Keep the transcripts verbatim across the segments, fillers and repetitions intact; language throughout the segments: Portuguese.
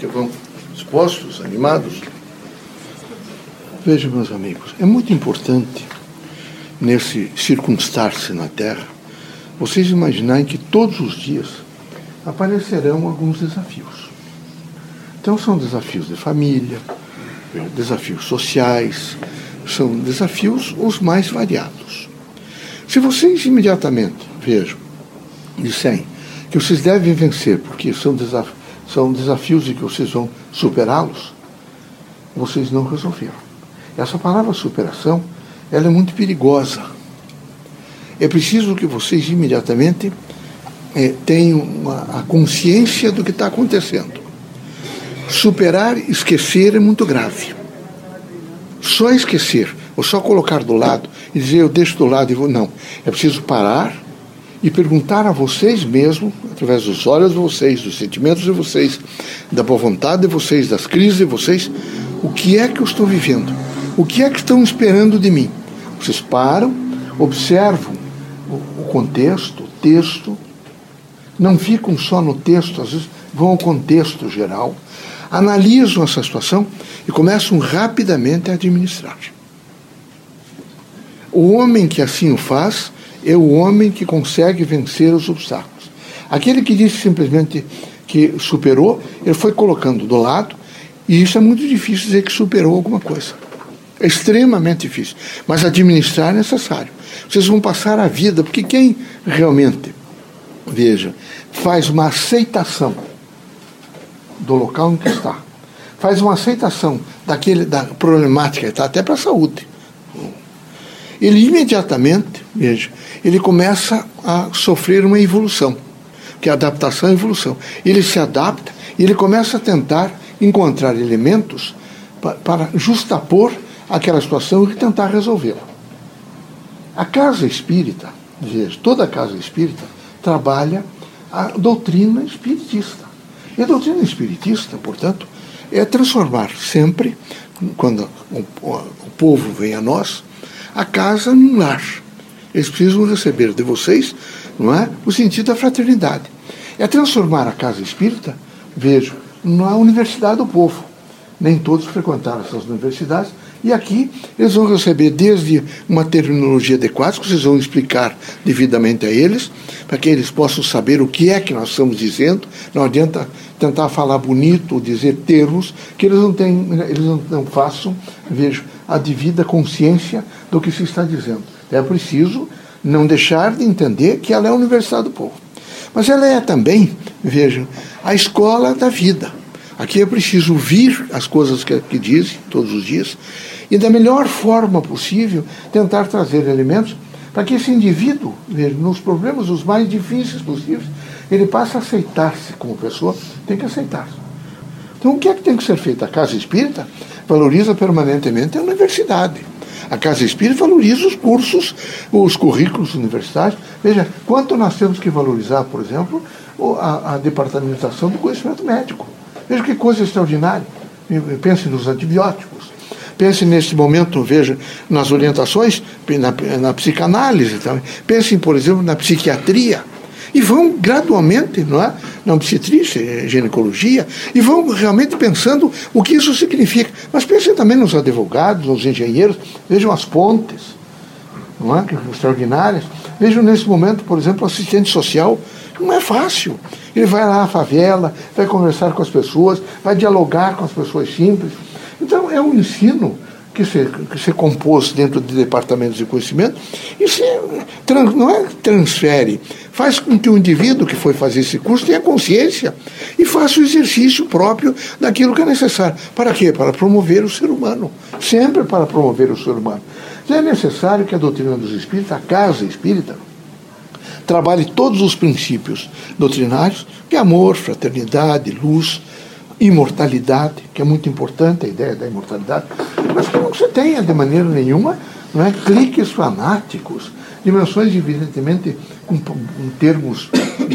que vão dispostos, animados. Vejam, meus amigos, é muito importante, nesse circunstar-se na Terra, vocês imaginarem que todos os dias aparecerão alguns desafios. Então, são desafios de família, desafios sociais, são desafios os mais variados. Se vocês imediatamente vejam, disserem que vocês devem vencer, porque são, desaf- são desafios e que vocês vão superá-los, vocês não resolveram. Essa palavra superação, ela é muito perigosa. É preciso que vocês imediatamente é, tenham uma, a consciência do que está acontecendo. Superar, esquecer é muito grave. Só esquecer, ou só colocar do lado e dizer eu deixo do lado e vou. Não. É preciso parar e perguntar a vocês mesmos, através dos olhos de vocês, dos sentimentos de vocês, da boa vontade de vocês, das crises de vocês, o que é que eu estou vivendo? O que é que estão esperando de mim? Vocês param, observam o contexto, o texto, não ficam só no texto, às vezes vão ao contexto geral, analisam essa situação e começam rapidamente a administrar. O homem que assim o faz é o homem que consegue vencer os obstáculos. Aquele que disse simplesmente que superou, ele foi colocando do lado, e isso é muito difícil dizer que superou alguma coisa. É extremamente difícil. Mas administrar é necessário. Vocês vão passar a vida, porque quem realmente, veja, faz uma aceitação do local em que está, faz uma aceitação daquele, da problemática, está até para a saúde, ele imediatamente, veja, ele começa a sofrer uma evolução, que é adaptação e evolução. Ele se adapta e ele começa a tentar encontrar elementos para, para justapor aquela situação e tentar resolvê-la. A casa espírita, veja, toda a casa espírita trabalha a doutrina espiritista. E a doutrina espiritista, portanto, é transformar sempre, quando o, o, o povo vem a nós, a casa num lar. Eles precisam receber de vocês, não é, o sentido da fraternidade. É transformar a casa espírita, vejo, na universidade do povo. Nem todos frequentaram essas universidades, e aqui eles vão receber desde uma terminologia adequada, que vocês vão explicar devidamente a eles, para que eles possam saber o que é que nós estamos dizendo. Não adianta tentar falar bonito ou dizer termos que eles não, têm, eles não, não façam, vejo, a devida consciência do que se está dizendo. É preciso não deixar de entender que ela é a universidade do povo. Mas ela é também, vejam, a escola da vida. Aqui é preciso ouvir as coisas que, que dizem todos os dias e, da melhor forma possível, tentar trazer elementos para que esse indivíduo, veja, nos problemas os mais difíceis possíveis, ele passe a aceitar-se como pessoa, tem que aceitar-se. Então, o que é que tem que ser feito? A casa espírita valoriza permanentemente a universidade. A casa espírita valoriza os cursos, os currículos universitários. Veja, quanto nós temos que valorizar, por exemplo, a, a departamentação do conhecimento médico. Veja que coisa extraordinária. Pense nos antibióticos. Pense nesse momento, veja, nas orientações, na, na psicanálise também. Pense, por exemplo, na psiquiatria. E vão gradualmente, não é? Na obstetrícia, ginecologia, e vão realmente pensando o que isso significa. Mas pensem também nos advogados, nos engenheiros, vejam as pontes, não é? Que extraordinárias. Vejam nesse momento, por exemplo, o assistente social. Não é fácil. Ele vai lá à favela, vai conversar com as pessoas, vai dialogar com as pessoas simples. Então, é um ensino que se, que se compôs dentro de departamentos de conhecimento e se, trans, não é transfere, faz com que o indivíduo que foi fazer esse curso tenha consciência e faça o exercício próprio daquilo que é necessário. Para quê? Para promover o ser humano. Sempre para promover o ser humano. Então, é necessário que a doutrina dos espíritos, a casa espírita, trabalhe todos os princípios doutrinários de amor, fraternidade, luz, imortalidade, que é muito importante a ideia da imortalidade, mas que não se tenha de maneira nenhuma, não é, cliques fanáticos, dimensões evidentemente com, com termos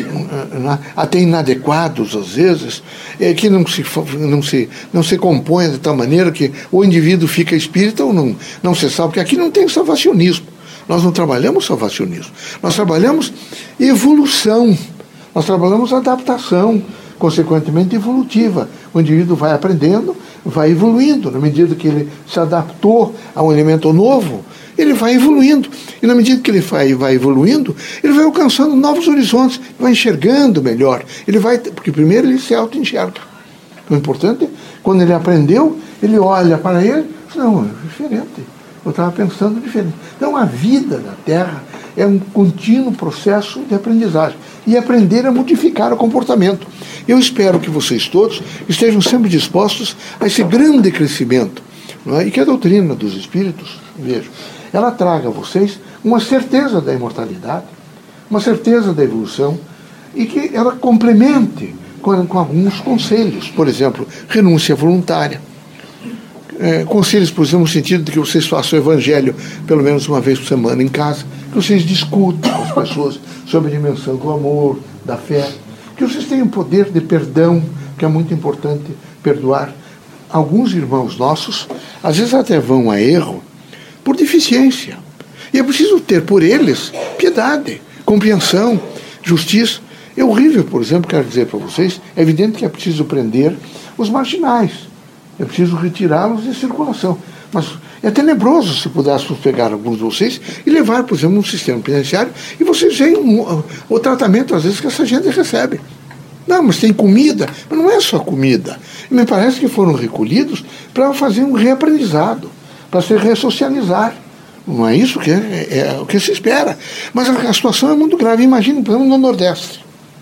até inadequados às vezes, é, que não se, não, se, não se compõem de tal maneira que o indivíduo fica espírita ou não, não se sabe, porque aqui não tem salvacionismo. Nós não trabalhamos salvacionismo, nós trabalhamos evolução, nós trabalhamos adaptação, consequentemente evolutiva, O indivíduo vai aprendendo, vai evoluindo. Na medida que ele se adaptou a um elemento novo, ele vai evoluindo. E na medida que ele vai, vai evoluindo, ele vai alcançando novos horizontes, vai enxergando melhor. Ele vai, porque primeiro ele se auto-enxerga. O importante é, quando ele aprendeu, ele olha para ele e diz, não, é diferente. Eu estava pensando diferente. Então a vida da Terra é um contínuo processo de aprendizagem. E aprender é modificar o comportamento. Eu espero que vocês todos estejam sempre dispostos a esse grande crescimento. Não é? E que a doutrina dos Espíritos, vejo, ela traga a vocês uma certeza da imortalidade, uma certeza da evolução, e que ela complemente com, com alguns conselhos. Por exemplo, renúncia voluntária. É, conselhos, por exemplo, no sentido de que vocês façam o evangelho pelo menos uma vez por semana em casa, que vocês discutam com as pessoas sobre a dimensão do amor, da fé, que vocês tenham poder de perdão, que é muito importante perdoar. Alguns irmãos nossos, às vezes até vão a erro por deficiência. E é preciso ter por eles piedade, compreensão, justiça. É horrível, por exemplo, quero dizer para vocês, é evidente que é preciso prender os marginais. É preciso retirá-los de circulação. Mas é tenebroso se pudéssemos pegar alguns de vocês e levar, por exemplo, um sistema penitenciário e vocês veem um, o tratamento, às vezes, que essa gente recebe. Não, mas tem comida. Mas não é só comida. E me parece que foram recolhidos para fazer um reaprendizado, para se ressocializar. Não é isso que é, é, é o que se espera. Mas a, a situação é muito grave. Imaginem, por exemplo, no Nordeste.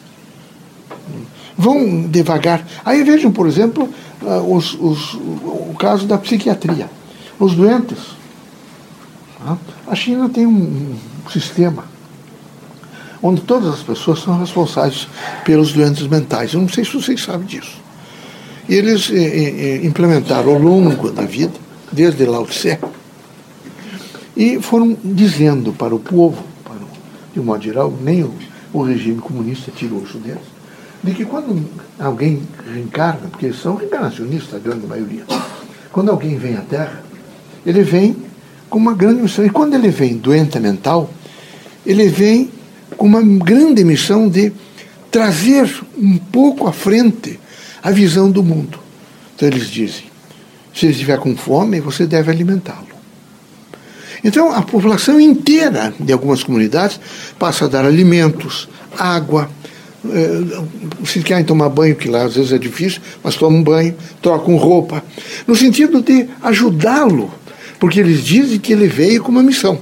Vão devagar. Aí vejam, por exemplo, uh, os, os, o caso da psiquiatria. Os doentes. Uh, a China tem um, um sistema onde todas as pessoas são responsáveis pelos doentes mentais. Eu não sei se vocês sabem disso. E eles eh, eh, implementaram ao longo da vida, desde Lao Tse, e foram dizendo para o povo, para o, de um modo geral, nem o, o regime comunista tirou isso deles, de que quando alguém reencarna, porque eles são reencarnacionistas, a grande maioria, quando alguém vem à Terra, ele vem com uma grande missão. E quando ele vem doente mental, ele vem com uma grande missão de trazer um pouco à frente a visão do mundo. Então eles dizem, se ele estiver com fome, você deve alimentá-lo. Então a população inteira de algumas comunidades passa a dar alimentos, água, se querem tomar banho, que lá às vezes é difícil, mas tomam banho, trocam roupa, no sentido de ajudá-lo, porque eles dizem que ele veio com uma missão.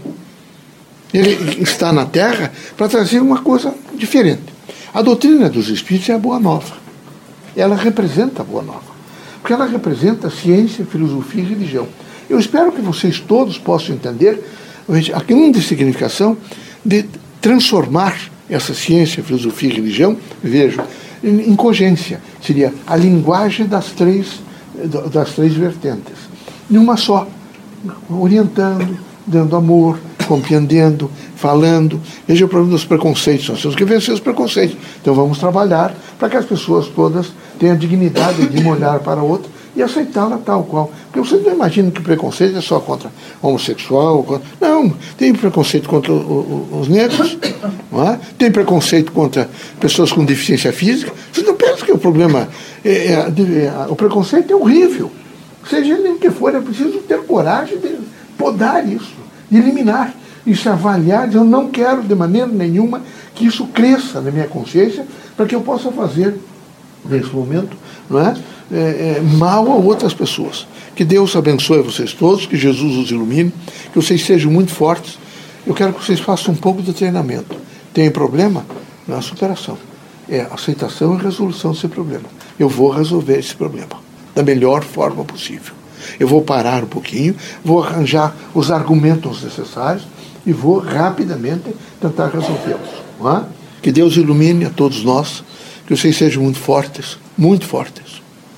Ele está na Terra para trazer uma coisa diferente. A doutrina dos Espíritos é a Boa Nova. Ela representa a Boa Nova, porque ela representa ciência, filosofia e religião. Eu espero que vocês todos possam entender a grande significação de transformar essa ciência, filosofia e religião, vejo, em cogência. Seria a linguagem das três, das três vertentes. Em uma só, orientando, dando amor, compreendendo, falando. Veja o problema dos preconceitos. Nós temos que vencer os preconceitos. Então vamos trabalhar para que as pessoas todas tenham a dignidade de um olhar para o outro e aceitá-la tal qual. Porque vocês não imaginam que o preconceito é só contra homossexual. Contra... Não, tem preconceito contra o, o, os negros, não é? Tem preconceito contra pessoas com deficiência física. Vocês não pensam que o problema, é, é, é, o preconceito é horrível. Seja ele o que for, é preciso ter coragem de podar isso, de eliminar, e se avaliar, dizer, eu não quero de maneira nenhuma que isso cresça na minha consciência, para que eu possa fazer, nesse momento, não é? É, é, mal a outras pessoas. Que Deus abençoe vocês todos, que Jesus os ilumine, que vocês sejam muito fortes. Eu quero que vocês façam um pouco de treinamento. Tem problema? Não é superação. É aceitação e resolução desse problema. Eu vou resolver esse problema da melhor forma possível. Eu vou parar um pouquinho, vou arranjar os argumentos necessários e vou rapidamente tentar resolvê-los. Não é? Que Deus ilumine a todos nós, que vocês sejam muito fortes, muito fortes.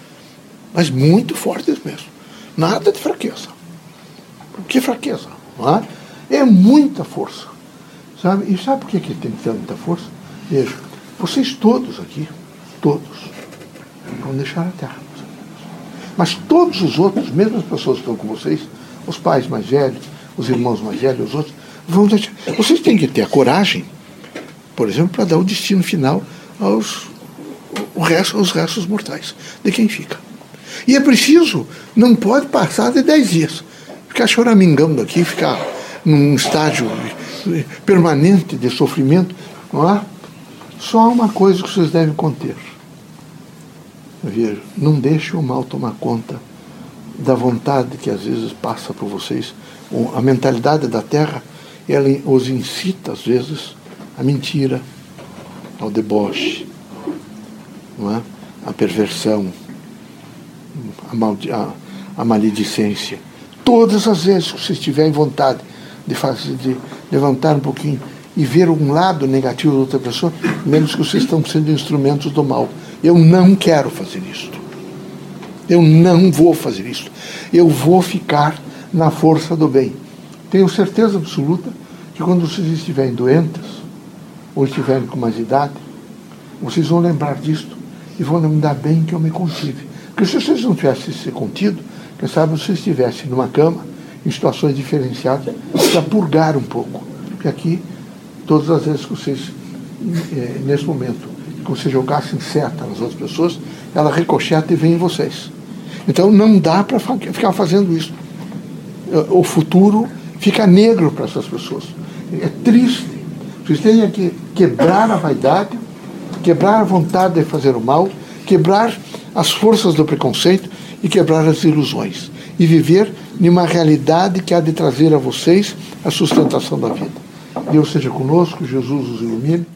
Mas muito fortes mesmo. Nada de fraqueza. Que fraqueza? Não é? É muita força. Sabe? E sabe por que tem que ter muita força? Veja, vocês todos aqui, todos, vão deixar a Terra. Mas todos os outros, mesmo as pessoas que estão com vocês, os pais mais velhos, os irmãos mais velhos, os outros, vão deixar. Vocês têm que ter a coragem, por exemplo, para dar o destino final aos, o resto, aos restos mortais de quem fica. E é preciso, não pode passar de dez dias. Ficar choramingando aqui, ficar num estágio permanente de sofrimento, não é? Só há uma coisa que vocês devem conter. Ver, não deixe o mal tomar conta da vontade que às vezes passa por vocês. A mentalidade da terra, ela os incita às vezes à mentira, ao deboche, não é? À perversão, à, maldi- à, à maledicência. Todas as vezes que vocês tiverem vontade de, fazer, de levantar um pouquinho e ver um lado negativo da outra pessoa, menos que vocês estão sendo instrumentos do mal. Eu não quero fazer isto. Eu não vou fazer isso. Eu vou ficar na força do bem. Tenho certeza absoluta que quando vocês estiverem doentes, ou estiverem com mais idade, vocês vão lembrar disto e vão lembrar bem que eu me contive. Porque se vocês não tivessem se contido, quem sabe vocês estivessem numa cama, em situações diferenciadas, para purgar um pouco. Porque aqui, todas as vezes que vocês, eh, nesse momento, que vocês jogassem seta nas outras pessoas, ela ricocheta e vem em vocês. Então não dá para ficar fazendo isso. O futuro fica negro para essas pessoas. É triste. Vocês têm que quebrar a vaidade, quebrar a vontade de fazer o mal, quebrar as forças do preconceito e quebrar as ilusões. E viver numa realidade que há de trazer a vocês a sustentação da vida. Deus seja conosco, Jesus os ilumine.